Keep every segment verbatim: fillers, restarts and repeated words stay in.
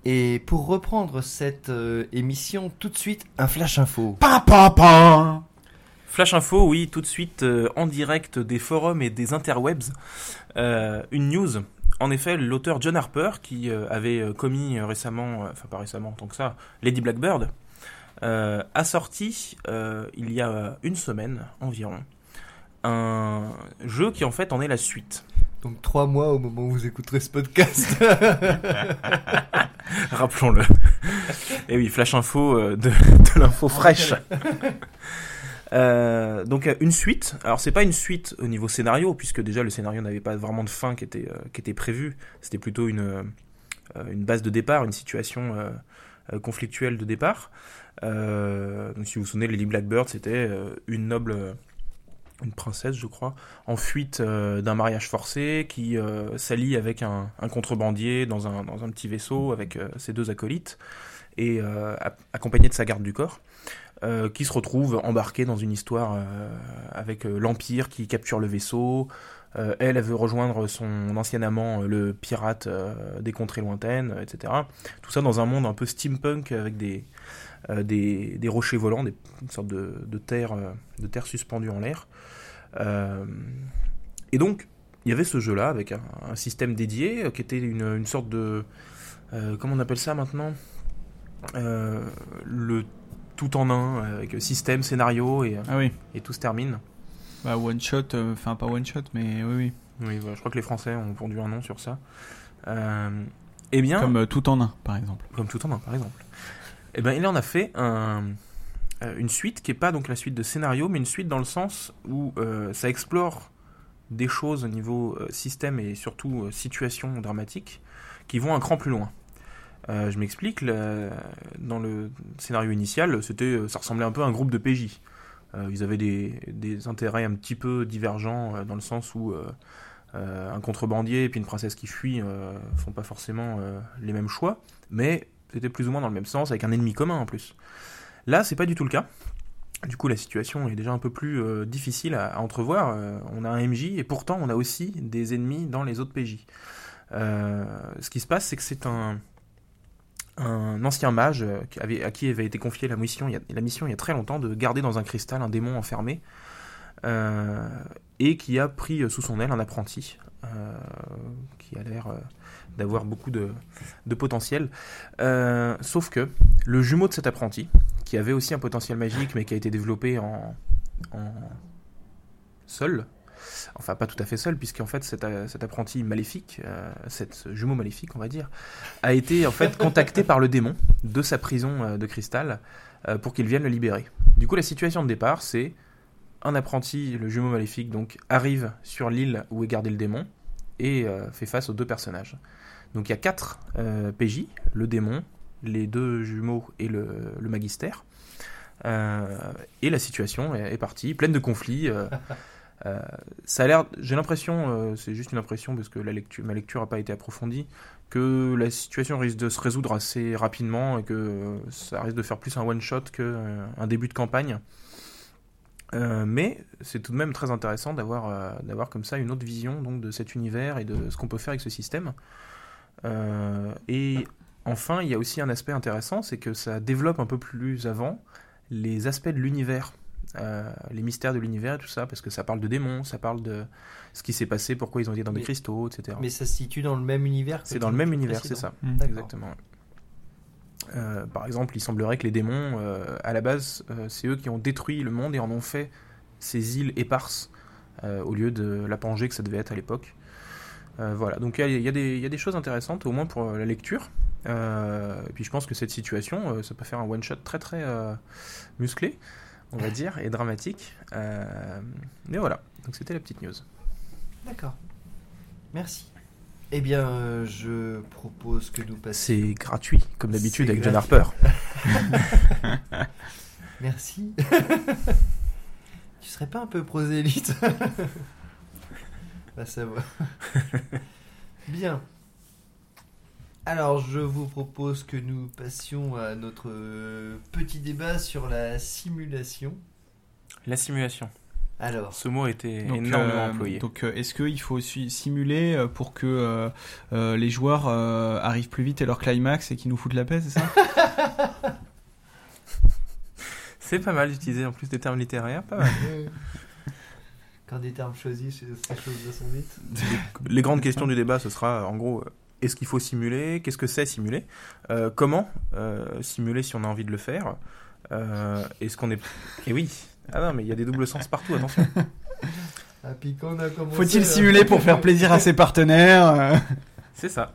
Et pour reprendre cette euh, émission, tout de suite, un flash info. Pa, pa, pa. Flash info, oui, tout de suite euh, en direct des forums et des interwebs. Euh, une news. En effet, l'auteur John Harper, qui euh, avait euh, commis euh, récemment, euh, enfin pas récemment tant que ça, Lady Blackbird, euh, a sorti, euh, il y a une semaine environ, un jeu qui en fait en est la suite. Donc trois mois au moment où vous écouterez ce podcast. Rappelons-le. Et oui, flash info euh, de, de l'info fraîche. Euh, donc une suite. Alors c'est pas une suite au niveau scénario, puisque déjà le scénario n'avait pas vraiment de fin qui était euh, qui était prévue. C'était plutôt une euh, une base de départ, une situation euh, euh, conflictuelle de départ. Euh, donc si vous vous souvenez, Lady Blackbird, c'était euh, une noble, euh, une princesse, je crois, en fuite euh, d'un mariage forcé, qui euh, s'allie avec un, un contrebandier dans un dans un petit vaisseau avec euh, ses deux acolytes et euh, accompagné de sa garde du corps. Euh, qui se retrouve embarquée dans une histoire euh, avec euh, l'Empire qui capture le vaisseau. Euh, elle, elle veut rejoindre son ancien amant, euh, le pirate euh, des contrées lointaines, euh, et cetera. Tout ça dans un monde un peu steampunk avec des, euh, des, des rochers volants, des, une sorte de, de, terre, euh, de terre suspendue en l'air. Euh, et donc, il y avait ce jeu-là avec un, un système dédié euh, qui était une, une sorte de... Euh, comment on appelle ça maintenant euh, le tout en un, avec système, scénario, et, ah oui. et tout se termine. Bah, one shot, enfin euh, pas one shot, mais oui, oui. Oui, voilà, je crois que les Français ont pondu un nom sur ça. Euh, eh bien, comme euh, tout en un, par exemple. Comme tout en un, par exemple. Eh bien, il en a fait un, euh, une suite qui n'est pas donc la suite de scénario, mais une suite dans le sens où euh, ça explore des choses au niveau euh, système et surtout euh, situation dramatique qui vont un cran plus loin. Euh, je m'explique, le, dans le scénario initial, c'était, ça ressemblait un peu à un groupe de P J. Euh, ils avaient des, des intérêts un petit peu divergents, euh, dans le sens où euh, euh, un contrebandier et puis une princesse qui fuit euh, font pas forcément euh, les mêmes choix, mais c'était plus ou moins dans le même sens, avec un ennemi commun en plus. Là, c'est pas du tout le cas. Du coup, la situation est déjà un peu plus euh, difficile à, à entrevoir. Euh, on a un M J et pourtant on a aussi des ennemis dans les autres P J. Euh, ce qui se passe, c'est que c'est un... un ancien mage qui avait, à qui avait été confiée la mission, il y a, la mission il y a très longtemps de garder dans un cristal un démon enfermé euh, et qui a pris sous son aile un apprenti euh, qui a l'air euh, d'avoir beaucoup de, de potentiel. Euh, sauf que le jumeau de cet apprenti, qui avait aussi un potentiel magique mais qui a été développé en, en seul, enfin pas tout à fait seul, puisqu'en fait cet, cet apprenti maléfique, euh, cet jumeau maléfique on va dire, a été en fait contacté par le démon de sa prison euh, de cristal euh, pour qu'il vienne le libérer. Du coup la situation de départ c'est un apprenti, le jumeau maléfique donc, arrive sur l'île où est gardé le démon et euh, fait face aux deux personnages. Donc il y a quatre euh, P J, le démon, les deux jumeaux et le, le magistère, euh, et la situation est, est partie, pleine de conflits. euh, Euh, ça a l'air, j'ai l'impression, euh, c'est juste une impression parce que la lecture, ma lecture n'a pas été approfondie, que la situation risque de se résoudre assez rapidement et que euh, ça risque de faire plus un one shot qu'un euh, début de campagne. Euh, mais c'est tout de même très intéressant d'avoir, euh, d'avoir comme ça une autre vision donc, de cet univers et de ce qu'on peut faire avec ce système. Euh, et enfin, il y a aussi un aspect intéressant, c'est que ça développe un peu plus avant les aspects de l'univers. Euh, les mystères de l'univers et tout ça, parce que ça parle de démons, ça parle de ce qui s'est passé, pourquoi ils ont été dans mais, des cristaux, et cetera. Mais ça se situe dans le même univers que C'est dans le même univers, précédent. C'est ça, mmh. Exactement. Euh, par exemple, il semblerait que les démons, euh, à la base, euh, c'est eux qui ont détruit le monde et en ont fait ces îles éparses, euh, au lieu de la Pangée que ça devait être à l'époque. Euh, voilà, donc il y, y, y a des choses intéressantes, au moins pour la lecture. Euh, et puis je pense que cette situation, euh, ça peut faire un one-shot très très euh, musclé, on va dire, et dramatique. Euh, mais voilà, donc c'était la petite news. D'accord. Merci. Eh bien, euh, je propose que nous passions... C'est gratuit, comme d'habitude, C'est avec gratuit. John Harper. Merci. Tu serais pas un peu prosélyte? Va savoir. Bien. Alors, je vous propose que nous passions à notre petit débat sur la simulation. La simulation. Alors, Ce mot a été Donc, énormément euh, employé. donc euh, est-ce qu'il faut su- simuler euh, pour que euh, euh, les joueurs euh, arrivent plus vite à leur climax et qu'ils nous foutent la paix, c'est ça? C'est pas mal d'utiliser en plus des termes littéraires, pas mal. euh, quand des termes choisis, ces choses sont vite. Les grandes questions du débat, ce sera en gros, euh, est-ce qu'il faut simuler? Qu'est-ce que c'est simuler? Euh, comment euh, simuler si on a envie de le faire? Euh, Est-ce qu'on est... Et oui, ah non, mais il y a des doubles sens partout, attention. Ah, puis quand on a commencé, Faut-il euh, simuler pour faire plaisir à ses partenaires? euh C'est ça.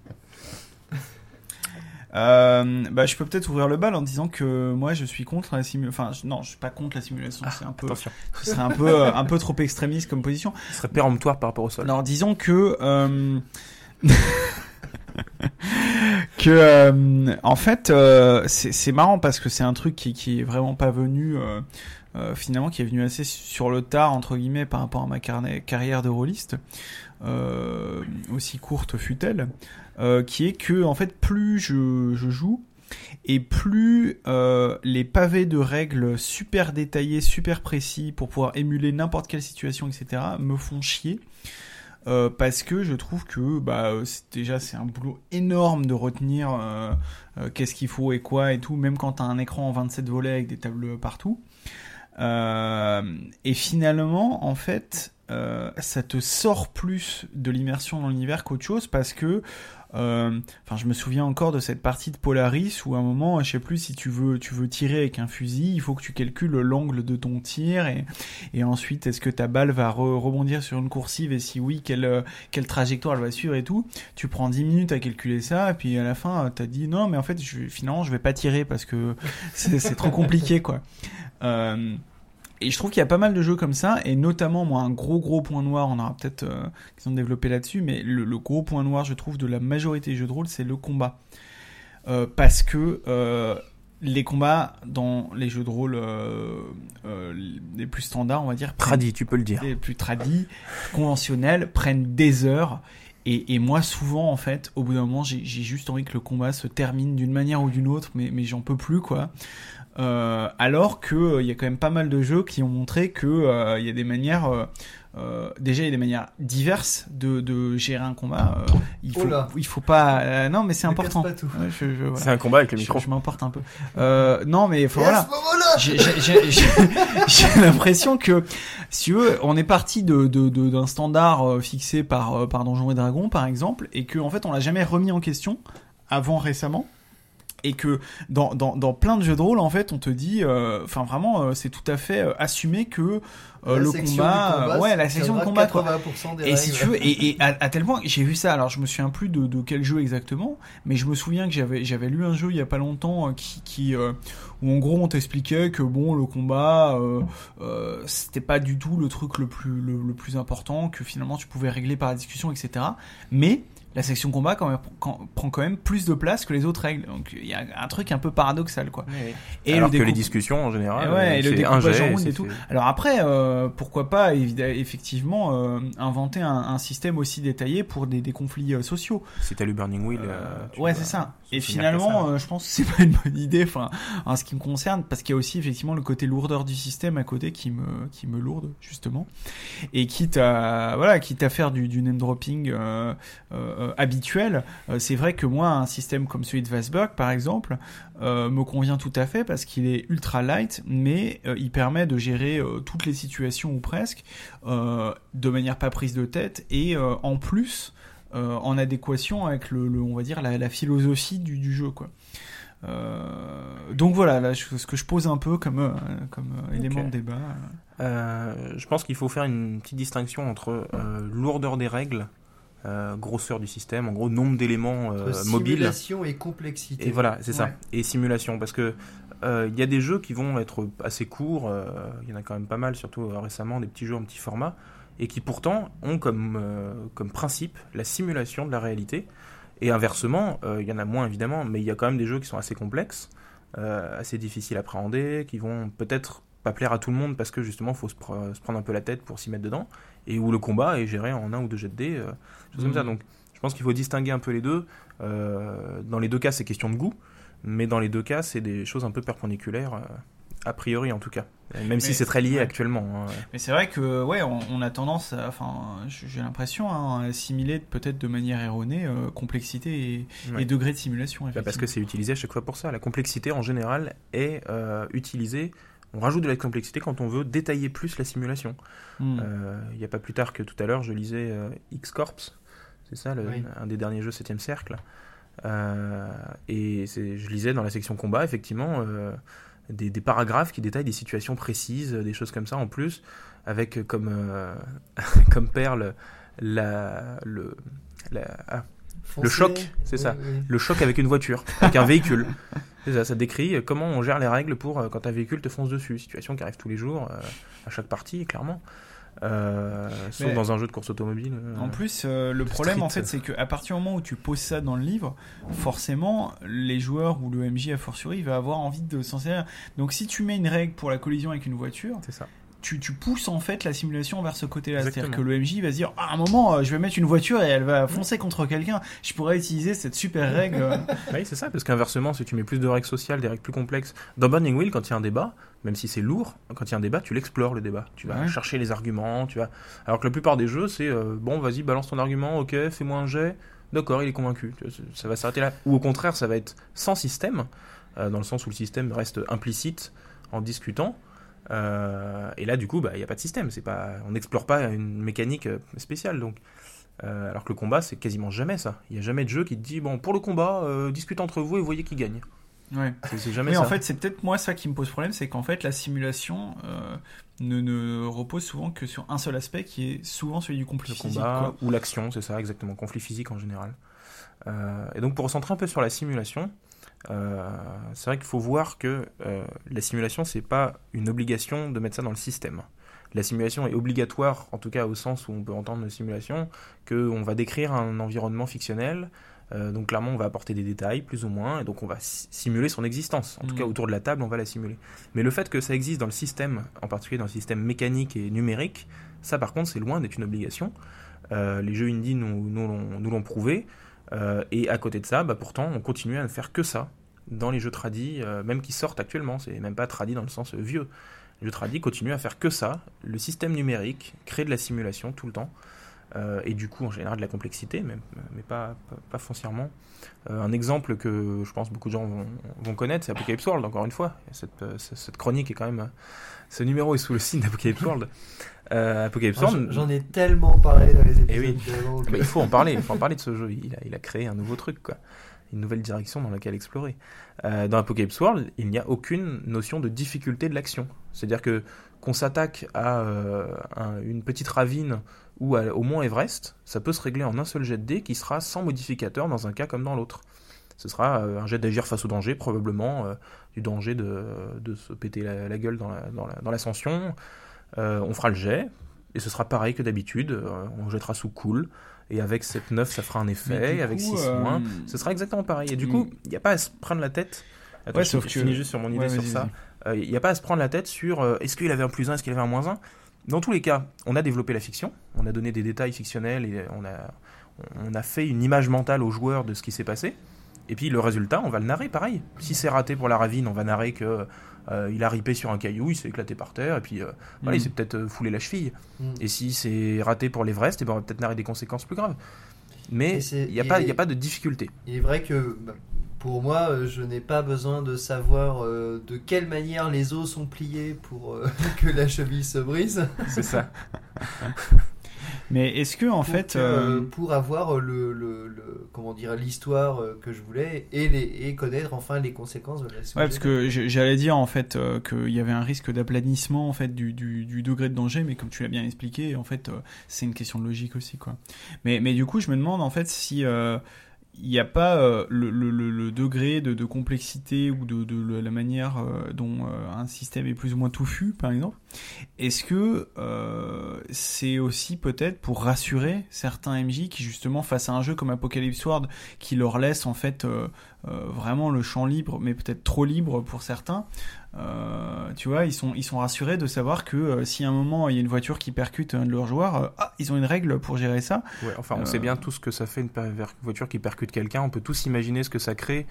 Euh, bah, je peux peut-être ouvrir le bal en disant que moi je suis contre la simulation. Enfin, je- non, je suis pas contre la simulation. c'est un peu, Attention, ce serait un peu, euh, un peu trop extrémiste comme position. ce serait péremptoire par rapport au sol. Alors, disons que, euh, que, euh, en fait, euh, c'est c'est marrant parce que c'est un truc qui, qui est vraiment pas venu, euh, euh, finalement, qui est venu assez sur le tard entre guillemets par rapport à ma carnet- carrière de rôliste, euh, aussi courte fut-elle. Euh, qui est que en fait plus je, je joue et plus euh, les pavés de règles super détaillés, super précis pour pouvoir émuler n'importe quelle situation, et cetera me font chier euh, parce que je trouve que bah c'est, déjà c'est un boulot énorme de retenir euh, euh, qu'est-ce qu'il faut et quoi et tout, même quand t'as un écran en vingt-sept volets avec des tables partout. Euh, et finalement, en fait, euh, ça te sort plus de l'immersion dans l'univers qu'autre chose parce que euh, enfin, je me souviens encore de cette partie de Polaris où à un moment, je sais plus si tu veux, tu veux tirer avec un fusil, il faut que tu calcules l'angle de ton tir et, et ensuite est-ce que ta balle va re- rebondir sur une coursive et si oui, quelle, quelle trajectoire elle va suivre et tout. Tu prends dix minutes à calculer ça et puis à la fin, t'as dit non, mais en fait, je, finalement, je vais pas tirer parce que c'est, c'est trop compliqué, quoi. Euh, Et je trouve qu'il y a pas mal de jeux comme ça, et notamment, moi, un gros gros point noir, on aura peut-être euh, question de développer là-dessus, mais le, le gros point noir, je trouve, de la majorité des jeux de rôle, c'est le combat. Euh, parce que euh, les combats dans les jeux de rôle euh, euh, les plus standards, on va dire, Tradi, tu peux le dire. les plus tradis, conventionnels, prennent des heures. Et, et moi, souvent, en fait, au bout d'un moment, j'ai, j'ai juste envie que le combat se termine d'une manière ou d'une autre, mais, mais j'en peux plus, quoi. Euh, alors que il euh, y a quand même pas mal de jeux qui ont montré que il euh, y a des manières euh, euh, déjà il y a des manières diverses de, de gérer un combat. Euh, il faut Oula. il faut pas euh, non mais c'est Ne important. casse pas tout. Ouais, je, je, voilà. C'est un combat avec le Je- micro. je, m'emporte un peu. Euh, non mais faut, Et voilà. à ce moment-là, J'ai, j'ai, j'ai, j'ai, j'ai l'impression que, si tu veux, on est parti de, de, de, d'un standard euh, fixé par, euh, par Donjons et Dragons, par exemple, et qu'en en fait, on l'a jamais remis en question avant récemment. Et que dans, dans, dans plein de jeux de rôle, en fait, on te dit, enfin euh, vraiment, euh, c'est tout à fait euh, assumé que euh, la le section combat, du combat, ouais, la section de tiendra combat, quoi. quatre-vingts pour cent des Et si règles. tu veux, et, et à, à tel point, j'ai vu ça. Alors, je me souviens plus de, de quel jeu exactement, mais je me souviens que j'avais, j'avais lu un jeu il y a pas longtemps euh, qui, qui euh, où en gros on t'expliquait que bon, le combat, euh, euh, c'était pas du tout le truc le plus, le, le plus important, que finalement tu pouvais régler par la discussion, et cetera. Mais la section combat quand même, quand, prend quand même plus de place que les autres règles. Donc il y a un truc un peu paradoxal, quoi. Oui. Et Alors le que découpe- les discussions en général, Et ouais, euh, et le c'est un découpage jet, en round c'est et tout. fait. Alors après, euh, pourquoi pas évid- effectivement euh, inventer un, un système aussi détaillé pour des, des conflits euh, sociaux. Si t'as lu Burning Wheel, Euh, euh, tu ouais, vas c'est ça. se Et souvenir qu'à finalement, ça. euh, je pense que c'est pas une bonne idée, enfin, en ce qui me concerne, parce qu'il y a aussi effectivement le côté lourdeur du système à côté qui me, qui me lourde justement, et quitte à, voilà, quitte à faire du, du name dropping euh, euh, habituel, euh, c'est vrai que moi, un système comme celui de Vasberg, par exemple, euh, me convient tout à fait parce qu'il est ultra light, mais euh, il permet de gérer euh, toutes les situations ou presque euh, de manière pas prise de tête et euh, en plus euh, en adéquation avec le, le on va dire la, la philosophie du, du jeu, quoi. Euh, donc voilà, là, je- ce que je pose un peu comme euh, comme euh, élément Ok. de débat. Euh, je pense qu'il faut faire une petite distinction entre euh, lourdeur des règles, euh, grosseur du système, en gros nombre d'éléments euh, Entre mobiles. simulation et complexité. Et voilà, c'est ça. Ouais. Et simulation, parce que euh, il y a des jeux qui vont être assez courts. euh, Il y en a quand même pas mal, surtout euh, récemment, des petits jeux en petit format, et qui pourtant ont comme euh, comme principe la simulation de la réalité. Et inversement, euh, il y en a moins évidemment, mais il y a quand même des jeux qui sont assez complexes, euh, assez difficiles à appréhender, qui vont peut-être pas plaire à tout le monde parce que justement il faut se, pre- se prendre un peu la tête pour s'y mettre dedans, et où le combat est géré en un ou deux jets de dés, euh, choses comme Mhm. ça. Donc je pense qu'il faut distinguer un peu les deux. Euh, dans les deux cas c'est question de goût, mais dans les deux cas c'est des choses un peu perpendiculaires euh, a priori en tout cas. Même mais, si c'est très lié ouais. actuellement. Hein. Mais c'est vrai que ouais, on, on a tendance, à, enfin, j'ai l'impression hein, à assimiler peut-être de manière erronée euh, complexité et, ouais. et degré de simulation. Bah parce que c'est utilisé à chaque fois pour ça. La complexité en général est euh, utilisée. On rajoute de la complexité quand on veut détailler plus la simulation. Il mm. n'y euh, a pas plus tard que tout à l'heure, je lisais euh, X-Corps, c'est ça, le, oui. un des derniers jeux septième cercle. Euh, et c'est, je lisais dans la section combat, effectivement, euh, des, des paragraphes qui détaillent des situations précises, des choses comme ça en plus, avec comme, euh, comme perle la, le, la, ah, le choc, c'est oui, ça, oui. le choc avec une voiture, avec un véhicule. C'est ça, ça décrit comment on gère les règles pour euh, quand un véhicule te fonce dessus. Situation qui arrive tous les jours, euh, à chaque partie, clairement. Euh, sauf mais dans un jeu de course automobile. Euh, en plus, euh, le problème, street. en fait, c'est qu'à partir du moment où tu poses ça dans le livre, forcément, les joueurs ou le M J, a fortiori, va avoir envie de s'en servir. Donc, si tu mets une règle pour la collision avec une voiture, c'est ça. Tu, tu pousses en fait la simulation vers ce côté-là. Exactement. C'est-à-dire que le M J va se dire ah, à un moment, je vais mettre une voiture et elle va foncer contre quelqu'un. Je pourrais utiliser cette super règle. Oui, c'est ça, parce qu'inversement, si tu mets plus de règles sociales, des règles plus complexes, dans Burning Wheel, quand il y a un débat, même si c'est lourd, quand il y a un débat, tu l'explores le débat. Tu vas ouais. chercher les arguments, tu vas. Alors que la plupart des jeux, c'est euh, bon, vas-y, balance ton argument, ok, fais-moi un jet. D'accord, il est convaincu. Ça va s'arrêter là. Ou au contraire, ça va être sans système, euh, dans le sens où le système reste implicite en discutant. Euh, et là du coup il bah, n'y a pas de système, c'est pas, on n'explore pas une mécanique spéciale donc, euh, alors que le combat c'est quasiment jamais ça, il n'y a jamais de jeu qui te dit bon pour le combat euh, discutez entre vous et voyez qui gagne. Ouais. C'est, c'est jamais mais ça. En fait c'est peut-être moi ça qui me pose problème, c'est qu'en fait la simulation euh, ne, ne repose souvent que sur un seul aspect qui est souvent celui du conflit le physique combat quoi. Ou l'action, c'est ça exactement, conflit physique en général. Euh, et donc pour recentrer un peu sur la simulation, Euh, c'est vrai qu'il faut voir que euh, la simulation c'est pas une obligation de mettre ça dans le système. La simulation est obligatoire, en tout cas au sens où on peut entendre une simulation, qu'on va décrire un environnement fictionnel, euh, donc clairement on va apporter des détails plus ou moins, et donc on va si- simuler son existence, en mmh. tout cas autour de la table on va la simuler. Mais le fait que ça existe dans le système, en particulier dans le système mécanique et numérique, ça par contre c'est loin d'être une obligation. Euh, les jeux indie nous, nous, l'ont, nous l'ont prouvé. Euh, et à côté de ça, bah, pourtant, on continue à ne faire que ça dans les jeux tradis, euh, même qui sortent actuellement. C'est même pas tradis dans le sens euh, vieux. Les jeux tradis continuent à faire que ça. Le système numérique crée de la simulation tout le temps. Euh, et du coup, en général, de la complexité, même, mais pas, pas, pas foncièrement. Euh, un exemple que je pense beaucoup de gens vont, vont connaître, c'est Apocalypse World, encore une fois. Cette, cette chronique est quand même... Ce numéro est sous le signe d'Apocalypse World. Euh, Apocalypse ah, World... J'en ai tellement parlé dans les épisodes. Oui. d'avant que... bah, il faut en parler, il faut en parler de ce jeu. Il a, il a créé un nouveau truc, quoi. Une nouvelle direction dans laquelle explorer. Euh, dans Apocalypse World, il n'y a aucune notion de difficulté de l'action. C'est-à-dire que qu'on s'attaque à euh, un, une petite ravine ou à, au mont Everest, ça peut se régler en un seul jet de dés qui sera sans modificateur dans un cas comme dans l'autre. Ce sera euh, un jet d'agir face au danger, probablement euh, du danger de, de se péter la, la gueule dans, la, dans, la, dans l'ascension. Euh, on fera le jet, et ce sera pareil que d'habitude, euh, on jettera sous cool, et avec sept neuf ça fera un effet, et avec six euh... moins, ce sera exactement pareil. Et du coup, il n'y a pas à se prendre la tête, attends, ouais, je, sauf je que... finis juste sur mon idée ouais, sur vas-y, ça, il n'y euh, a pas à se prendre la tête sur euh, est-ce qu'il avait un plus un, est-ce qu'il avait un moins un. Dans tous les cas, on a développé la fiction, on a donné des détails fictionnels, et on a, on a fait une image mentale aux joueurs de ce qui s'est passé, et puis le résultat, on va le narrer pareil. Si c'est raté pour la ravine, on va narrer que euh, il a ripé sur un caillou, il s'est éclaté par terre, et puis euh, mmh. voilà, il s'est peut-être euh, foulé la cheville. Mmh. Et si c'est raté pour l'Everest, et ben on va peut-être narrer des conséquences plus graves. Mais il n'y a, a pas de difficulté. Il est vrai que bah, pour moi, je n'ai pas besoin de savoir euh, de quelle manière les os sont pliés pour euh, que la cheville se brise. C'est ça. Mais est-ce que en pour fait, que, euh... pour avoir le, le, le comment dire l'histoire que je voulais et les et connaître enfin les conséquences de la sujet. Ouais, parce que j'allais dire en fait euh, qu'il y avait un risque d'aplanissement en fait du, du, du degré de danger, mais comme tu l'as bien expliqué, en fait, euh, c'est une question de logique aussi, quoi. Mais mais du coup, je me demande en fait si euh, il n'y a pas euh, le, le, le degré de, de complexité ou de, de la manière euh, dont euh, un système est plus ou moins touffu, par exemple. Est-ce que euh, c'est aussi peut-être pour rassurer certains M J qui, justement, face à un jeu comme Apocalypse World, qui leur laisse en fait euh, euh, vraiment le champ libre, mais peut-être trop libre pour certains, euh, tu vois, ils sont, ils sont rassurés de savoir que euh, si à un moment il y a une voiture qui percute un de leurs joueurs, euh, ah, ils ont une règle pour gérer ça. Ouais, enfin, on euh... sait bien tout ce que ça fait une voiture qui percute quelqu'un, on peut tous imaginer ce que ça crée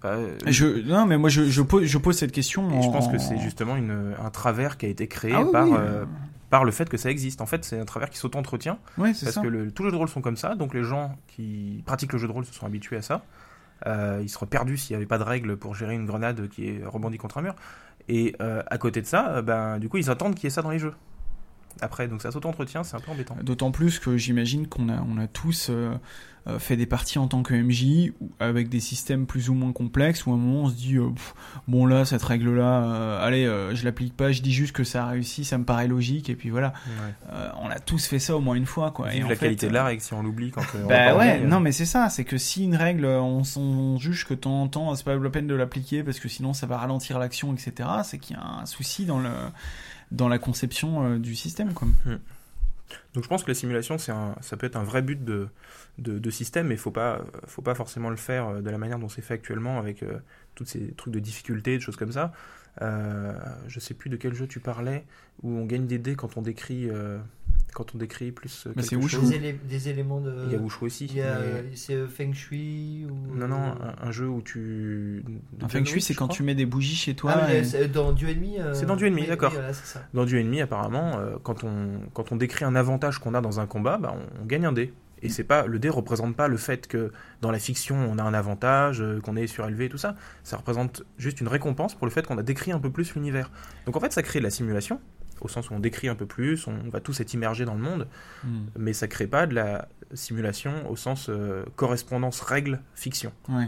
Bah, euh, Je, non, mais moi je, je, pose, je pose cette question. et en... je pense que c'est justement une, un travers qui a été créé Ah oui, par, oui. euh, par le fait que ça existe. En fait, c'est un travers qui s'auto-entretient. Ouais, c'est Parce ça. que le, tous les jeux de rôle sont comme ça, donc les gens qui pratiquent le jeu de rôle se sont habitués à ça. Euh, ils seraient perdus s'il n'y avait pas de règles pour gérer une grenade qui est rebondie contre un mur. Et euh, à côté de ça, euh, ben, du coup, ils attendent qu'il y ait ça dans les jeux. Après, donc ça s'auto-entretient, c'est un peu embêtant. D'autant plus que j'imagine qu'on a, on a tous euh, euh, fait des parties en tant que M J ou- avec des systèmes plus ou moins complexes où à un moment on se dit euh, pff, bon là cette règle là allez euh, je l'applique pas, je dis juste que ça a réussi, ça me paraît logique et puis voilà. Ouais. Euh, on a tous fait ça au moins une fois quoi. Vive Et en la fait, qualité de la règle si on l'oublie quand euh, on Bah va ouais, parler, euh. non mais c'est ça, c'est que si une règle, on, s- on juge que de temps en temps, c'est pas la peine de l'appliquer parce que sinon ça va ralentir l'action, et cetera. C'est qu'il y a un souci dans le dans la conception euh, du système quoi. Donc je pense que la simulation, c'est un, ça peut être un vrai but de, de, de système, mais il faut pas, faut pas forcément le faire de la manière dont c'est fait actuellement, avec euh, tous ces trucs de difficulté, de choses comme ça. Euh, je sais plus de quel jeu tu parlais, où on gagne des dés quand on décrit, euh, quand on décrit plus euh, Mais c'est quelque Wushu. chose. Des, élé- des éléments de. Il y a Wushu aussi. Il y a, mais- euh, c'est euh, Feng Shui ou. Non, non, un, un jeu où tu... Un feng shui, c'est quand tu mets des bougies chez toi. Ah, mais et- c'est dans Dieu ennemi. euh, C'est dans Dieu ennemi, oui, d'accord. oui, voilà, c'est ça. Dans Dieu ennemi, apparemment, euh, quand, on, quand on décrit un avantage qu'on a dans un combat, bah, on, on gagne un dé. Et c'est pas, le dé représente pas le fait que dans la fiction on a un avantage, euh, qu'on est surélevé et tout ça. Ça représente juste une récompense pour le fait qu'on a décrit un peu plus l'univers. Donc en fait ça crée de la simulation, au sens où on décrit un peu plus, on va tous être immergés dans le monde, Hmm. mais ça crée pas de la simulation au sens euh, correspondance règle fiction. Ouais.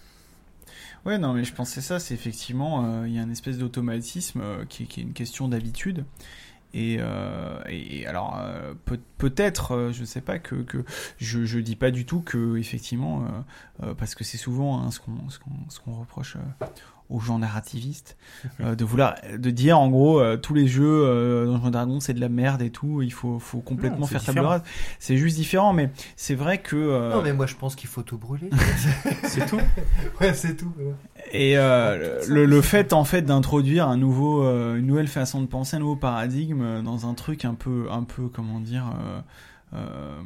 Ouais, non, mais je pense que c'est ça, c'est effectivement, euh, il y a une espèce d'automatisme euh, qui, qui est une question d'habitude. Et, euh, et alors, euh, peut, peut-être, euh, je sais pas, que, que je, je dis pas du tout que, effectivement, euh, euh, parce que c'est souvent hein, ce qu'on ce qu'on, ce qu'on reproche euh, aux gens narrativistes, euh, de vouloir, de dire en gros, euh, tous les jeux euh, Donjons et Dragons c'est de la merde et tout, il faut, faut complètement Non, c'est faire table différent. rase. C'est juste différent, mais c'est vrai que. euh, Non, mais moi je pense qu'il faut tout brûler. C'est tout. Ouais, c'est tout. ouais. Et euh, le, le fait en fait d'introduire un nouveau, euh, une nouvelle façon de penser, un nouveau paradigme euh, dans un truc un peu, un peu comment dire, euh, euh,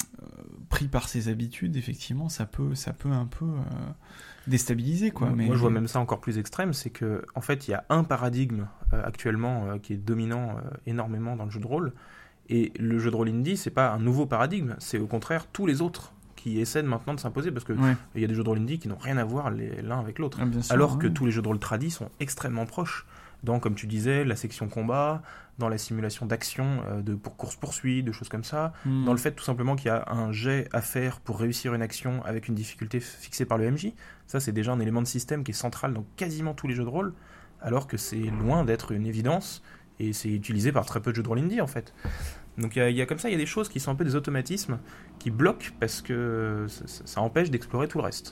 pris par ses habitudes, effectivement, ça peut, ça peut un peu euh, déstabiliser quoi. Moi, Mais moi, je vois même ça encore plus extrême, c'est que en fait il y a un paradigme euh, actuellement euh, qui est dominant euh, énormément dans le jeu de rôle, et le jeu de rôle indie c'est pas un nouveau paradigme, c'est au contraire tous les autres qui essaient maintenant de s'imposer, parce que ouais. il y a des jeux de rôle indie qui n'ont rien à voir les- l'un avec l'autre, Ah, bien sûr, alors ouais. que tous les jeux de rôle tradis sont extrêmement proches dans, comme tu disais, la section combat, dans la simulation d'action euh, de pour course poursuite, de choses comme ça, Hmm. dans le fait tout simplement qu'il y a un jet à faire pour réussir une action avec une difficulté fixée par le M J. Ça, c'est déjà un élément de système qui est central dans quasiment tous les jeux de rôle, alors que c'est loin d'être une évidence, et c'est utilisé par très peu de jeux de rôle indie en fait. Donc il y, a- il y a comme ça, il y a des choses qui sont un peu des automatismes qui bloquent parce que ça, ça- ça empêche d'explorer tout le reste.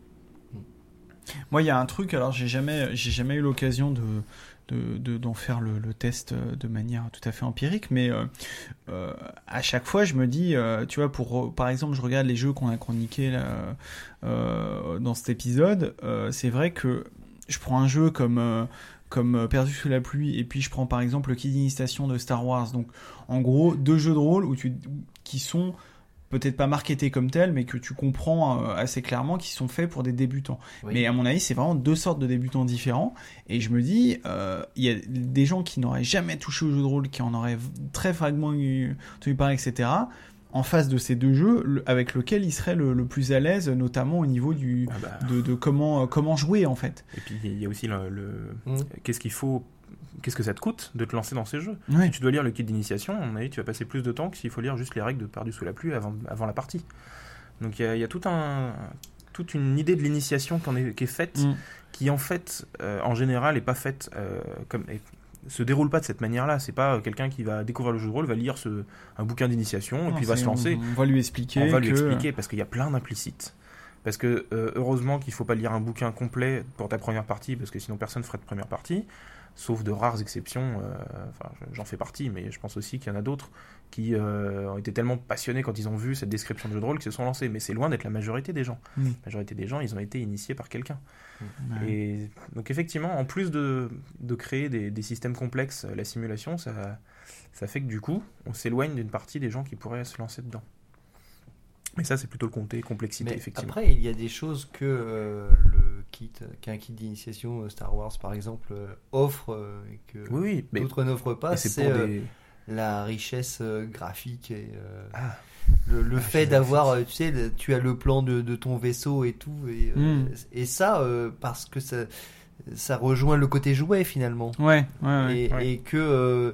Moi, il y a un truc, alors j'ai jamais, j'ai jamais eu l'occasion de, de, de- d'en faire le, le test euh, de manière tout à fait empirique, mais euh, euh, à chaque fois, je me dis, euh, tu vois, pour, par exemple, je regarde les jeux qu'on a chroniqués là, euh, dans cet épisode, euh, c'est vrai que je prends un jeu comme, euh, comme euh, Perdu sous la pluie, et puis je prends par exemple le Kit d'initiation de Star Wars, donc en gros, deux jeux de rôle où tu, qui sont peut-être pas marketés comme tels, mais que tu comprends euh, assez clairement qui sont faits pour des débutants. Oui. Mais à mon avis, c'est vraiment deux sortes de débutants différents. Et je me dis, euh, il y a des gens qui n'auraient jamais touché au jeu de rôle, qui en auraient v- très vaguement eu- entendu parler, et cetera, en face de ces deux jeux, le- avec lequel ils seraient le, le plus à l'aise, notamment au niveau du, Ah bah, de, de comment, euh, comment jouer, en fait. Et puis il y a aussi le, le- Mm. qu'est-ce qu'il faut, qu'est-ce que ça te coûte de te lancer dans ces jeux. Ouais. Si tu dois lire le kit d'initiation, à mon avis, tu vas passer plus de temps que s'il faut lire juste les règles de Perdu sous la pluie avant, avant la partie. Donc il y a, il y a tout un, toute une idée de l'initiation qui, en est, qui est faite, Mm. qui en fait, euh, en général, est pas faite euh, comme... et se déroule pas de cette manière-là. C'est pas euh, quelqu'un qui va découvrir le jeu de rôle, va lire ce, un bouquin d'initiation et Non, puis il va c'est- se lancer. On, on va lui expliquer. On va lui que- expliquer parce qu'il y a plein d'implicites. Parce que euh, heureusement qu'il faut pas lire un bouquin complet pour ta première partie, parce que sinon personne ferait de première partie, sauf de rares exceptions. euh, Enfin, j'en fais partie, mais je pense aussi qu'il y en a d'autres qui euh, ont été tellement passionnés quand ils ont vu cette description de jeu de rôle qu'ils se sont lancés. Mais c'est loin d'être la majorité des gens. Mm. La majorité des gens, ils ont été initiés par quelqu'un. Ouais. Et donc effectivement, en plus de, de créer des, des systèmes complexes, la simulation, ça, ça fait que du coup, on s'éloigne d'une partie des gens qui pourraient se lancer dedans. Mais ça, c'est plutôt le côté complexité, Mais effectivement. après, il y a des choses que euh, le kit, qu'un kit d'initiation Star Wars par exemple euh, offre euh, et que Oui, oui, mais d'autres n'offrent pas, et c'est c'est pour euh, des... la richesse euh, graphique et euh, Ah, le, le la fait richesse d'avoir, graphique. euh, tu sais, le- tu as le plan de, de ton vaisseau et tout, et, euh, Mm. et ça, euh, parce que ça, ça rejoint le côté jouet finalement, Ouais, ouais, ouais. et, ouais. et que euh,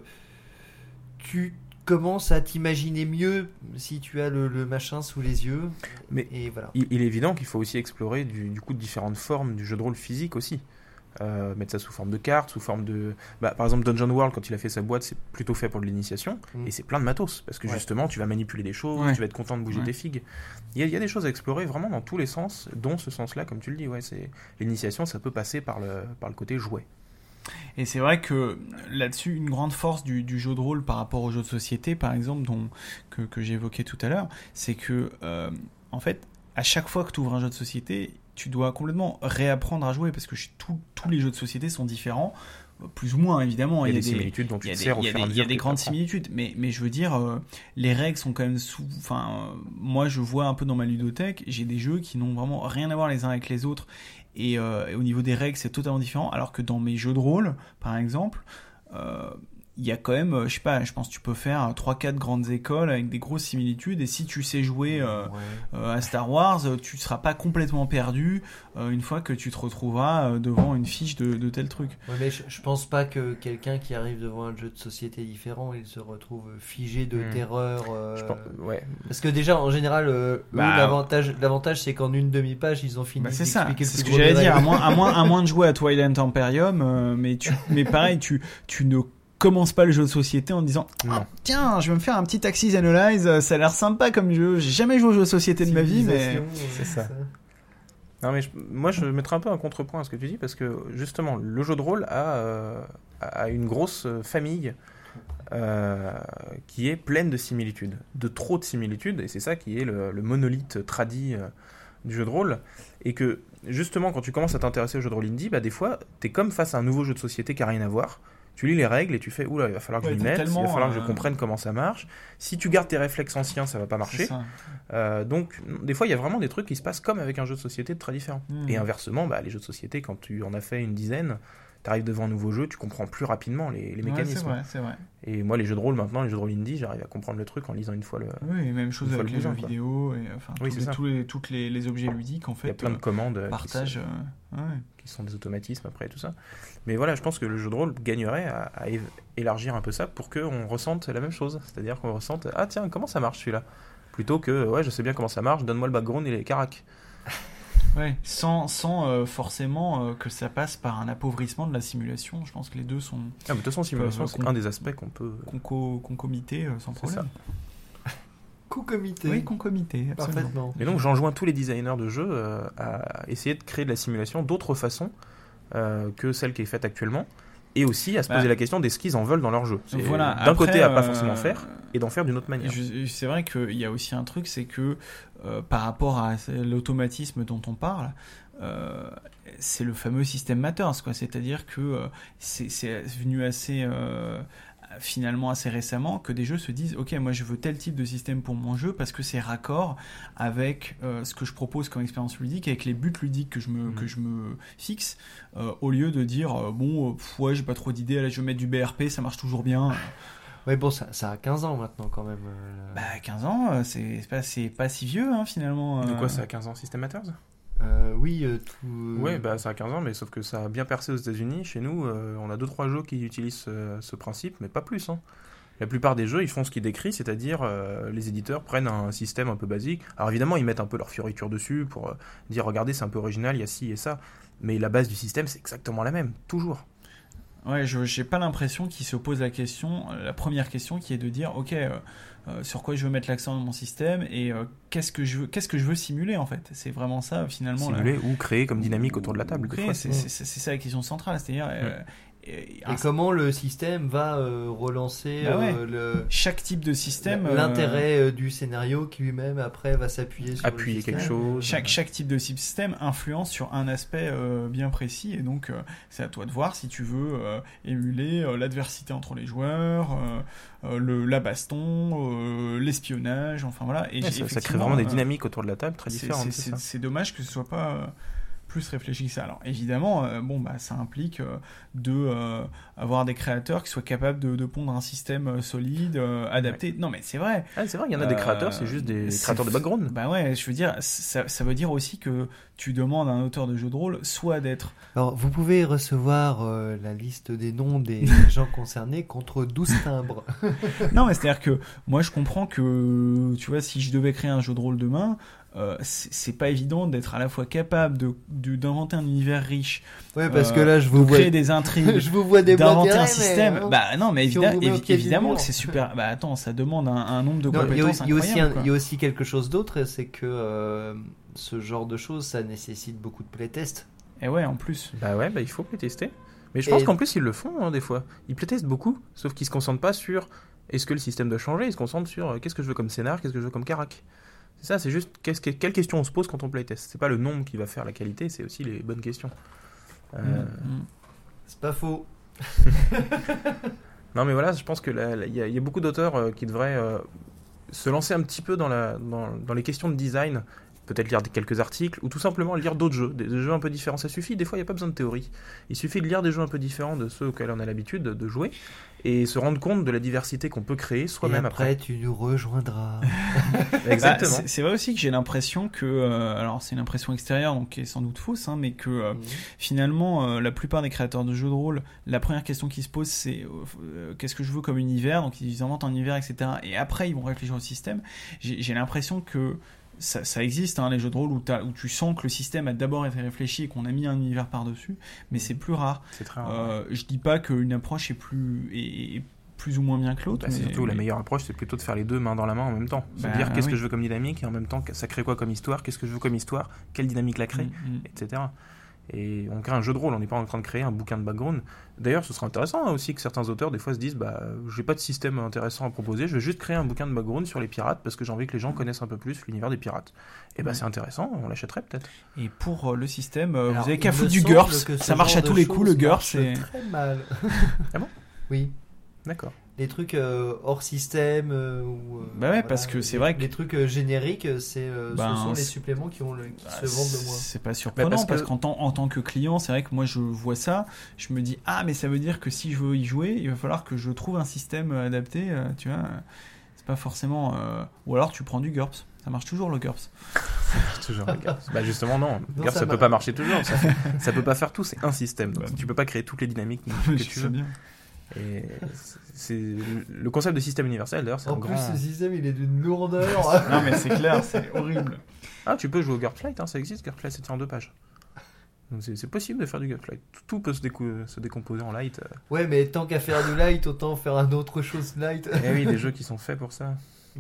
tu commences à t'imaginer mieux si tu as le, le machin sous les yeux, Mais et voilà. il, il est évident qu'il faut aussi explorer du, du coup différentes formes du jeu de rôle physique aussi. Euh, mettre ça sous forme de cartes, sous forme de... Bah, par exemple, Dungeon World, quand il a fait sa boîte, c'est plutôt fait pour de l'initiation, Mm. et c'est plein de matos, parce que Ouais. justement, tu vas manipuler des choses, Ouais. tu vas être content de bouger Ouais. tes figues. Il y, a, il y a des choses à explorer vraiment dans tous les sens, dont ce sens-là, comme tu le dis, ouais, c'est... l'initiation, ça peut passer par le, par le côté jouet. Et c'est vrai que là-dessus, une grande force du, du jeu de rôle par rapport aux jeux de société, par exemple, dont, que, que j'ai évoqué tout à l'heure, c'est que, euh, en fait, à chaque fois que tu ouvres un jeu de société, tu dois complètement réapprendre à jouer parce que je- tout- tous les jeux de société sont différents, plus ou moins évidemment. Il y a des des- similitudes dont il tu y a te des, sers au il y a fur et à des- il y mesure a des que grandes t'apprends. similitudes, mais, mais je veux dire, euh, les règles sont quand même sous. Enfin, euh, moi je vois un peu dans ma ludothèque, j'ai des jeux qui n'ont vraiment rien à voir les uns avec les autres, et, euh, et au niveau des règles, c'est totalement différent. Alors que dans mes jeux de rôle, par exemple, euh, il y a quand même, euh, je sais pas, je pense que tu peux faire trois quatre grandes écoles avec des grosses similitudes, et si tu sais jouer euh, Ouais. euh, à Star Wars, euh, tu seras pas complètement perdu euh, une fois que tu te retrouveras euh, devant une fiche de, de tel truc. Ouais, mais je, je pense pas que quelqu'un qui arrive devant un jeu de société différent, il se retrouve figé de Hmm. terreur. euh, Je pense- ouais. Parce que déjà, en général, euh, eux, Bah, l'avantage, l'avantage, c'est qu'en une demi-page, ils ont fini Bah, c'est ça, d'expliquer c'est le ce plus que gros j'allais des dire. À règles. moins, à moins, à moins de jouer à Twilight Imperium, euh, mais, tu, mais pareil, tu, tu ne commences pas le jeu de société en te disant Non. ah, tiens, je vais me faire un petit Axis Analyze, euh, ça a l'air sympa comme jeu. J'ai jamais joué au jeu de société de ma vie, mais. Civilisation, c'est ça. Non, mais je- moi, je mettrais un peu un contrepoint à ce que tu dis, parce que justement, le jeu de rôle a, euh, a une grosse famille euh, qui est pleine de similitudes, de trop de similitudes, et c'est ça qui est le, le monolithe tradi euh, du jeu de rôle, et que justement, quand tu commences à t'intéresser au jeu de rôle indie, bah, des fois, t'es comme face à un nouveau jeu de société qui n'a rien à voir. Tu lis les règles et tu fais oula, il va falloir que Ouais, je m'y t'es mette, il va tellement, falloir que je euh, comprenne comment ça marche. Si tu gardes tes réflexes anciens, ça va pas C'est marcher. ça. Euh, donc, des fois, il y a vraiment des trucs qui se passent comme avec un jeu de société très différent. Mm. Et inversement, bah, les jeux de société, quand tu en as fait une dizaine, tu arrives devant un nouveau jeu, tu comprends plus rapidement les, les Ouais, mécanismes. c'est vrai, c'est vrai. Et moi, les jeux de rôle maintenant, les jeux de rôle indie, j'arrive à comprendre le truc en lisant une fois le. Oui, et même chose Une fois avec le les jeux bousin, quoi. vidéo, et enfin, Oui, tous, c'est les, ça. tous les, toutes les, les objets ludiques, en fait, Il y a plein de euh, commandes euh, qui, partagent. sont, euh, ouais. qui sont des automatismes après et tout ça. Mais voilà, je pense que le jeu de rôle gagnerait à, à é- élargir un peu ça pour qu'on ressente la même chose. C'est-à-dire qu'on ressente ah tiens, comment ça marche celui-là, plutôt que ouais, je sais bien comment ça marche, donne-moi le background et les caracs. Ouais, sans, sans euh, forcément euh, que ça passe par un appauvrissement de la simulation. Je pense que les deux sont Ah, mais de toute façon, simulation, Peuvent c'est con- un des aspects qu'on peut. conco- concomités euh, sans C'est problème. Concomités. Oui, concomités, absolument. Parfaitement. Et donc j'enjoins tous les designers de jeux euh, à essayer de créer de la simulation d'autres façons euh, que celle qui est faite actuellement, et aussi à se Bah, poser la question d'est-ce qu'ils en veulent dans leur jeu. C'est Voilà, d'un après, côté à pas euh, forcément faire, et d'en faire d'une autre manière. Je- C'est vrai qu'il y a aussi un truc, c'est que euh, par rapport à l'automatisme dont on parle, euh, c'est le fameux système Matters, quoi. C'est-à-dire que euh, c'est c'est venu assez euh, finalement assez récemment que des jeux se disent ok, moi je veux tel type de système pour mon jeu parce que c'est raccord avec euh, ce que je propose comme expérience ludique, avec les buts ludiques que je me, Mhm. que je me fixe, euh, au lieu de dire euh, bon, euh, pff, ouais, j'ai pas trop d'idées, allez, je vais mettre du B R P, ça marche toujours bien. Ouais, bon, ça, ça a quinze ans maintenant quand même. euh, Bah, quinze ans, euh, c'est c'est pas, c'est pas si vieux, hein, finalement. De euh. quoi ça a quinze ans, System Matters euh, oui, euh, tout. euh, Ouais, bah ça a quinze ans, mais sauf que ça a bien percé aux États-Unis. Chez nous, euh, on a deux trois jeux qui utilisent ce, ce principe, mais pas plus. Hein. La plupart des jeux, ils font ce qu'il décrit, c'est-à-dire euh, les éditeurs prennent un système un peu basique. Alors évidemment, ils mettent un peu leur fioriture dessus pour euh, dire regardez, c'est un peu original, il y a ci et ça. Mais la base du système, c'est exactement la même, toujours. Ouais, je j'ai pas l'impression qu'ils se posent la question, euh, la première question qui est de dire ok, euh, euh, sur quoi je veux mettre l'accent dans mon système et euh, qu'est-ce que je veux, qu'est-ce que je veux simuler en fait. C'est vraiment ça finalement. la- Simuler ou créer comme dynamique autour de la table. Ou des créer, fois, c'est c'est- c'est- c'est ça la question centrale, c'est-à-dire euh, et- Et un- comment le système va euh, relancer Bah ouais. euh, le chaque type de système, euh, l'intérêt euh, du scénario qui lui-même après va s'appuyer sur Appuyer le système. quelque chose. Chaque, chaque type de système influence sur un aspect euh, bien précis et donc euh, c'est à toi de voir si tu veux euh, émuler euh, l'adversité entre les joueurs, euh, euh, le, la baston, euh, l'espionnage, enfin voilà. Et Ouais, j'ai- ça, ça crée effectivement, vraiment des euh, dynamiques autour de la table très c'est- différentes. c'est- c'est C'est ça. c'est dommage que ce soit pas... euh, plus réfléchi que ça. Alors évidemment, euh, bon bah ça implique euh, de euh, avoir des créateurs qui soient capables de, de pondre un système euh, solide, euh, adapté. Ouais. Non mais c'est vrai. Ah, c'est vrai, il y en a des créateurs, euh, c'est juste des c'est créateurs de background. Bah ouais, je veux dire, ça, ça veut dire aussi que tu demandes à un auteur de jeu de rôle soit d'être. Alors vous pouvez recevoir euh, la liste des noms des gens concernés contre douze timbres. Non mais c'est-à-dire que moi je comprends que tu vois si je devais créer un jeu de rôle demain. Euh, c'est, c'est pas évident d'être à la fois capable de, de d'inventer un univers riche. Ouais, parce euh, que là, je vous de vois créer des intrigues, je vous vois d'inventer un mais, système. hein, bah non, mais si évidemment, évi- évidemment que c'est super. Bah attends, ça demande un, un nombre de non, compétences il y a, incroyables. Il y, a aussi un, il y a aussi quelque chose d'autre, c'est que euh, ce genre de choses, ça nécessite beaucoup de playtest. Et ouais, en plus. Bah ouais, bah il faut playtester. Mais je pense Et... qu'en plus ils le font hein, des fois. Ils playtestent beaucoup, sauf qu'ils se concentrent pas sur est-ce que le système doit changer. Ils se concentrent sur euh, qu'est-ce que je veux comme scénar, qu'est-ce que je veux comme carac. C'est ça, c'est juste qu'est-ce que, quelles questions on se pose quand on playtest. C'est pas le nombre qui va faire la qualité, c'est aussi les bonnes questions. Euh... Mmh. C'est pas faux. Non mais voilà, je pense que il y, y a beaucoup d'auteurs euh, qui devraient euh, se lancer un petit peu dans, la, dans, dans les questions de design, peut-être lire des, quelques articles, ou tout simplement lire d'autres jeux, des, des jeux un peu différents. Ça suffit, des fois il n'y a pas besoin de théorie. Il suffit de lire des jeux un peu différents de ceux auxquels on a l'habitude de, de jouer, et se rendre compte de la diversité qu'on peut créer soi-même et après. après, tu nous rejoindras. Exactement. Bah, c'est, c'est vrai aussi que j'ai l'impression que, euh, alors c'est une impression extérieure, donc qui est sans doute fausse, hein, mais que euh, mmh. finalement, euh, la plupart des créateurs de jeux de rôle, la première question qu'ils se posent, c'est euh, qu'est-ce que je veux comme univers, donc ils inventent un univers, et cetera. Et après, ils vont réfléchir au système. J'ai, j'ai l'impression que Ça, ça existe, hein, les jeux de rôle où, où tu sens que le système a d'abord été réfléchi et qu'on a mis un univers par-dessus, mais c'est plus rare. C'est très rare. Euh, je dis pas qu'une approche est plus, est, est plus ou moins bien que l'autre. Bah, mais, surtout, mais... la meilleure approche, c'est plutôt de faire les deux main dans la main en même temps. Se bah, dire qu'est-ce oui. que je veux comme dynamique et en même temps, ça crée quoi comme histoire, qu'est-ce que je veux comme histoire, quelle dynamique la crée, mmh, et cetera. Et on crée un jeu de rôle, on n'est pas en train de créer un bouquin de background. D'ailleurs, ce serait intéressant hein, aussi que certains auteurs, des fois, se disent bah, j'ai pas de système intéressant à proposer, je vais juste créer un bouquin de background sur les pirates parce que j'ai envie que les gens connaissent un peu plus l'univers des pirates. Et bah, ouais. C'est intéressant, on l'achèterait peut-être. Et pour euh, le système, euh, Alors, vous avez qu'à foutre du GURPS, ça marche à tous les coups, le GURPS. C'est très mal. Ah bon ? Oui. D'accord. Les trucs euh, hors système euh, ou euh, bah ouais voilà, parce que c'est les, vrai que les trucs euh, génériques c'est euh, ben, ce sont c'est... les suppléments qui, ont le, qui bah, se vendent le moins. C'est pas surprenant bah parce, parce que... qu'en tant, en tant que client, c'est vrai que moi je vois ça, je me dis ah mais ça veut dire que si je veux y jouer, il va falloir que je trouve un système adapté, euh, tu vois. C'est pas forcément euh... ou alors tu prends du GURPS. Ça marche toujours le GURPS. Ça marche toujours le GURPS. Bah justement non, le GURPS ça, ça peut pas marcher toujours, ça, ça peut pas faire tout, c'est un système. Donc bah, tu peux pas créer toutes les dynamiques que tu veux. Bien. Et c'est le concept de système universel d'ailleurs. C'est en un plus, grand... ce système il est d'une lourdeur. Non, mais c'est clair, c'est horrible. Ah, tu peux jouer au GURPS Lite, hein, ça existe. GURPS Lite, c'est en deux pages. Donc c'est, c'est possible de faire du GURPS Lite. Tout, tout peut se, décou- se décomposer en Lite. Ouais, mais tant qu'à faire du Lite, autant faire un autre chose Lite. Eh oui, des jeux qui sont faits pour ça.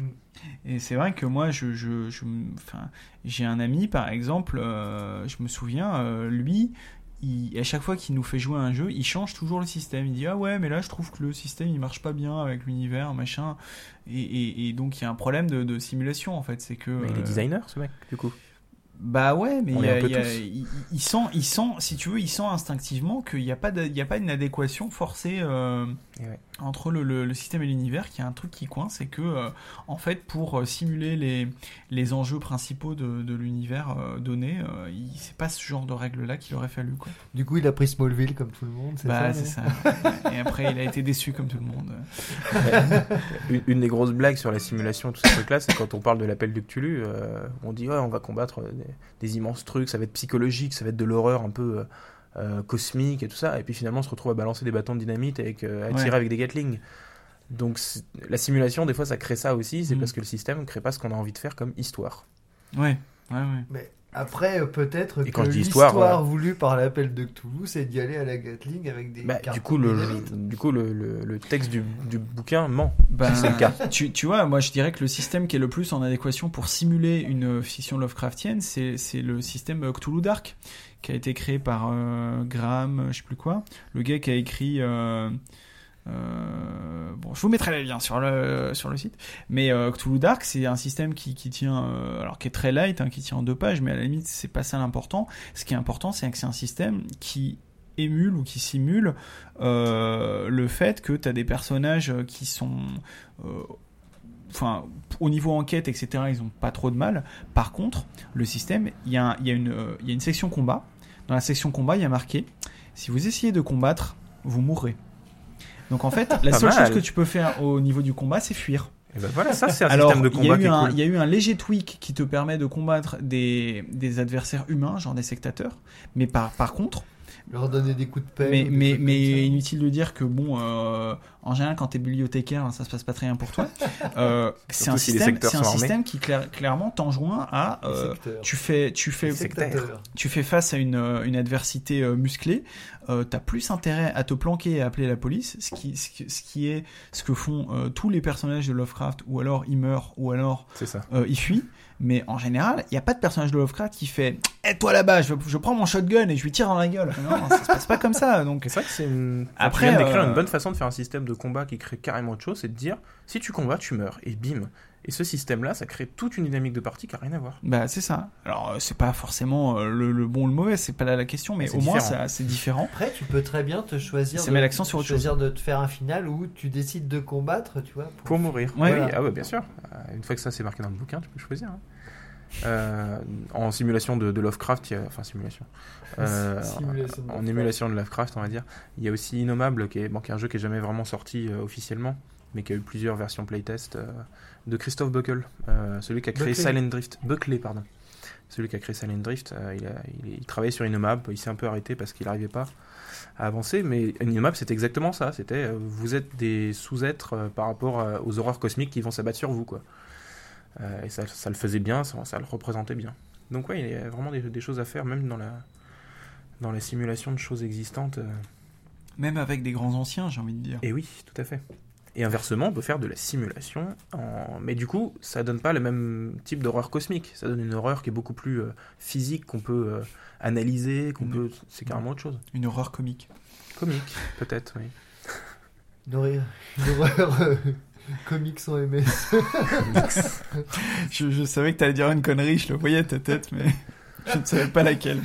Et c'est vrai que moi, je, je, je, enfin, j'ai un ami par exemple, euh, je me souviens, euh, lui. Il, à chaque fois qu'il nous fait jouer à un jeu, il change toujours le système. Il dit ah ouais, mais là je trouve que le système il marche pas bien avec l'univers, machin. Et, et, et donc il y a un problème de, de simulation en fait. C'est que. Mais il est designer ce mec, du coup. Bah ouais, mais il, y a, y y a, il, il sent, il sent, si tu veux, il sent instinctivement qu'il n'y a pas, de, il y a pas une adéquation forcée euh, ouais. entre le, le, le système et l'univers. Qu'il y a un truc qui coince, et que euh, en fait, pour simuler les, les enjeux principaux de, de l'univers euh, donné, euh, il, c'est pas ce genre de règles-là qu'il aurait fallu, quoi. Du coup, il a pris Smallville comme tout le monde. C'est bah ça, c'est ça. Et après, il a été déçu comme tout le monde. une, une des grosses blagues sur la simulation, tout ce truc-là, c'est quand on parle de l'appel de Cthulhu, euh, on dit ouais, on va combattre des, des immenses trucs, ça va être psychologique, ça va être de l'horreur un peu euh, cosmique et tout ça, et puis finalement on se retrouve à balancer des bâtons de dynamite avec, euh, à tirer ouais. avec des Gatling. Donc la simulation, des fois ça crée ça aussi, c'est mmh. parce que le système ne crée pas ce qu'on a envie de faire comme histoire. Ouais, ouais, ouais. Mais après, peut-être et que l'histoire histoire, euh... voulue par l'appel de Cthulhu, c'est d'y aller à la Gatling avec des bah, cartes du coup, le, du coup le, le, le texte du, du bouquin ment, bah, c'est le cas. Tu, tu vois, moi je dirais que le système qui est le plus en adéquation pour simuler une fiction Lovecraftienne, c'est, c'est le système Cthulhu Dark, qui a été créé par euh, Graham, je sais plus quoi, le gars qui a écrit... Euh, Euh, bon, je vous mettrai les liens sur le sur le site. Mais euh, Cthulhu Dark, c'est un système qui qui tient, euh, alors qui est très light, hein, qui tient en deux pages, mais à la limite c'est pas ça l'important. Ce qui est important, c'est que c'est un système qui émule ou qui simule euh, le fait que t'as des personnages qui sont enfin euh, au niveau enquête, etc., ils ont pas trop de mal. Par contre, le système, il y a il y a une il y a une section combat dans la section combat, il y a marqué si vous essayez de combattre, vous mourrez. Donc en fait, la Pas seule mal. chose que tu peux faire au niveau du combat, c'est fuir. Et ben voilà, ça c'est un Alors, système de il y, a combat eu qui est un, cool. il y a eu un léger tweak qui te permet de combattre des, des adversaires humains, genre des sectateurs. Mais par, par contre, Leur donner des coups de pelle. mais, ou des mais, trucs mais comme ça. inutile de dire que, bon, euh, en général, quand t'es bibliothécaire, ça se passe pas très bien pour toi. Euh, c'est un si les système, secteurs c'est un sont armés. système qui clair- clairement t'enjoint à. Les euh, secteurs. tu fais, tu fais, Les sectaires. sectateurs. tu fais face à une, euh, une adversité euh, musclée, euh, t'as plus intérêt à te planquer et à appeler la police, ce qui, ce qui, ce qui est ce que font euh, tous les personnages de Lovecraft, ou alors ils meurent, ou alors C'est ça. euh, ils fuient. Mais en général, il n'y a pas de personnage de Lovecraft qui fait « Eh, toi là-bas, je, je prends mon shotgun et je lui tire dans la gueule !» Non, ça se passe pas comme ça. Donc, C'est vrai que c'est une... Après, tu viens d'écrire euh, une bonne façon de faire un système de combat qui crée carrément autre chose, c'est de dire si tu combats, tu meurs, et bim. Et ce système-là, ça crée toute une dynamique de partie qui n'a rien à voir. bah, c'est ça. Alors, euh, c'est pas forcément euh, le, le bon ou le mauvais, c'est pas là la question, mais C'est au moins, différent. ça, c'est différent. Après, tu peux très bien te choisir. Ça de, met l'accent sur autre choisir de te faire un final où tu décides de combattre, tu vois. Pour... Pour mourir. Ouais. Oui, ah ouais, bien sûr. Euh, Une fois que ça c'est marqué dans le bouquin, tu peux choisir. hein. Euh, en simulation de, de Lovecraft, il y a... enfin simulation. Euh, Simulation de en Lovecraft. émulation de Lovecraft, on va dire. Il y a aussi Innommable, qui est, bon, qui est un jeu qui est jamais vraiment sorti euh, officiellement, mais qui a eu plusieurs versions playtest euh, de Christophe Buckle, euh, celui qui a créé Buckley. Silent Drift. Buckley, pardon. Celui qui a créé Silent Drift, euh, il, a, il, il travaillait sur Innommable, il s'est un peu arrêté parce qu'il n'arrivait pas à avancer, mais Innommable c'était exactement ça, c'était euh, vous êtes des sous-êtres euh, par rapport euh, aux horreurs cosmiques qui vont s'abattre sur vous, quoi. Euh, et ça, ça le faisait bien, ça, ça le représentait bien. Donc ouais, il y a vraiment des, des choses à faire, même dans la, dans la simulation de choses existantes. euh. Même avec des grands anciens, j'ai envie de dire. Et oui, tout à fait. Et inversement, on peut faire de la simulation, en... mais du coup, ça donne pas le même type d'horreur cosmique. Ça donne une horreur qui est beaucoup plus euh, physique, qu'on peut euh, analyser, qu'on Mm. peut... C'est carrément autre chose. Une horreur comique. Comique, peut-être, oui. Une horreur, une horreur euh, comics sans M S. Je, je savais que t'allais dire une connerie, je le voyais à ta tête, mais je ne savais pas laquelle.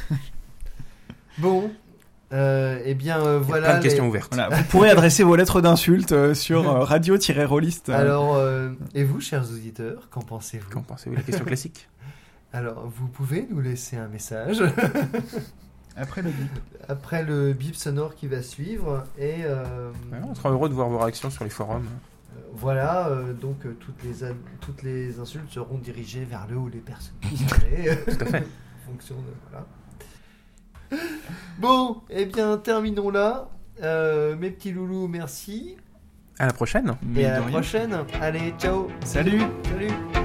Bon, euh, eh bien euh, Il y a voilà. plein de questions les- ouvertes. Voilà, vous pourrez adresser vos lettres d'insultes euh, sur euh, radio-rollist. euh. Alors, euh, et vous, chers auditeurs, qu'en pensez-vous? Qu'en pensez-vous? La question classique. Alors, vous pouvez nous laisser un message Après le bip. après le bip sonore qui va suivre. Et euh, Ouais, on sera heureux de voir vos réactions sur les forums. euh, voilà, euh, donc euh, toutes, les an- toutes les insultes seront dirigées vers le ou les personnes concernées. Tout à fait. En fonction de. Voilà. Bon, eh bien, terminons là. Euh, mes petits loulous, merci. À la prochaine. Et Mais à de la rien. prochaine. Allez, ciao. Salut. Salut.